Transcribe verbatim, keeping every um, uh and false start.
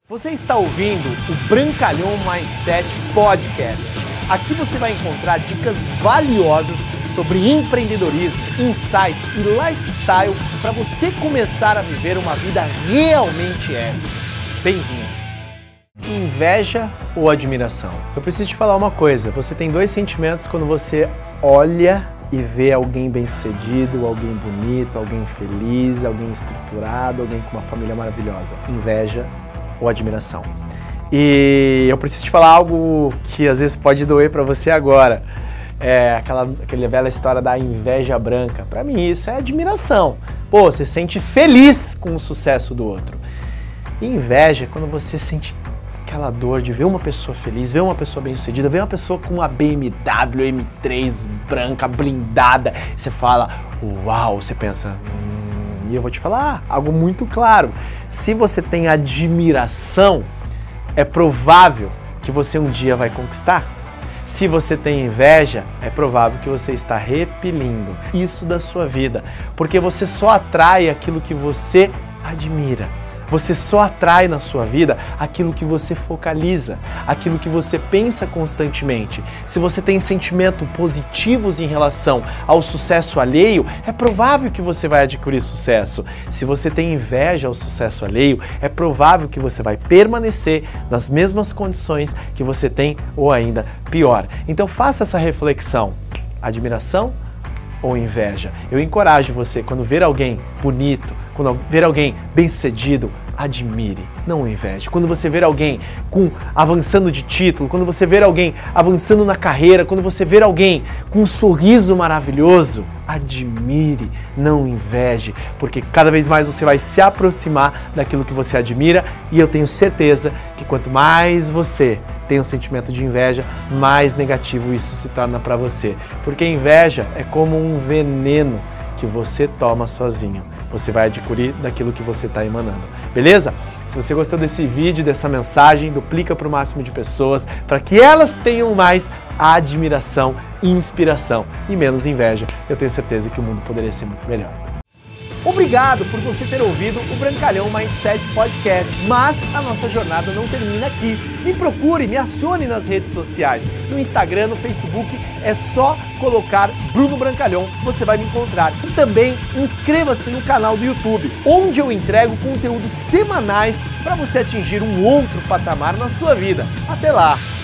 Você está ouvindo o Brancalhão Mindset Podcast. Aqui você vai encontrar dicas valiosas sobre empreendedorismo, insights e lifestyle para você começar a viver uma vida realmente épica. Bem-vindo! Inveja ou admiração? Eu preciso te falar uma coisa, você tem dois sentimentos quando você olha e vê alguém bem-sucedido, alguém bonito, alguém feliz, alguém estruturado, alguém com uma família maravilhosa. Inveja ou admiração. E eu preciso te falar algo que às vezes pode doer para você agora. É aquela, aquela velha história da inveja branca. Para mim isso é admiração. Pô, você sente feliz com o sucesso do outro. E inveja é quando você sente aquela dor de ver uma pessoa feliz, ver uma pessoa bem-sucedida, ver uma pessoa com uma B M W M três branca, blindada. Você fala, uau, você pensa... Hum, e eu vou te falar algo muito claro. Se você tem admiração, é provável que você um dia vai conquistar. Se você tem inveja, é provável que você está repelindo isso da sua vida, porque você só atrai aquilo que você admira. Você só atrai na sua vida aquilo que você focaliza, aquilo que você pensa constantemente. Se você tem sentimentos positivos em relação ao sucesso alheio, é provável que você vai adquirir sucesso. Se você tem inveja ao sucesso alheio, é provável que você vai permanecer nas mesmas condições que você tem ou ainda pior. Então faça essa reflexão. Admiração ou inveja? Eu encorajo você, quando ver alguém bonito, quando ver alguém bem-sucedido, admire, não inveje. Quando você ver alguém com, avançando de título, quando você ver alguém avançando na carreira, quando você ver alguém com um sorriso maravilhoso, admire, não inveje, porque cada vez mais você vai se aproximar daquilo que você admira e eu tenho certeza que quanto mais você tem um sentimento de inveja, mais negativo isso se torna para você, porque inveja é como um veneno que você toma sozinho. Você vai adquirir daquilo que você está emanando. Beleza? Se você gostou desse vídeo, dessa mensagem, duplica para o máximo de pessoas para que elas tenham mais admiração e inspiração e menos inveja. Eu tenho certeza que o mundo poderia ser muito melhor. Obrigado por você ter ouvido o Brancalhão Mindset Podcast, mas a nossa jornada não termina aqui. Me procure, me acione nas redes sociais, no Instagram, no Facebook, é só colocar Bruno Brancalhão, você vai me encontrar. E também inscreva-se no canal do YouTube, onde eu entrego conteúdos semanais para você atingir um outro patamar na sua vida. Até lá!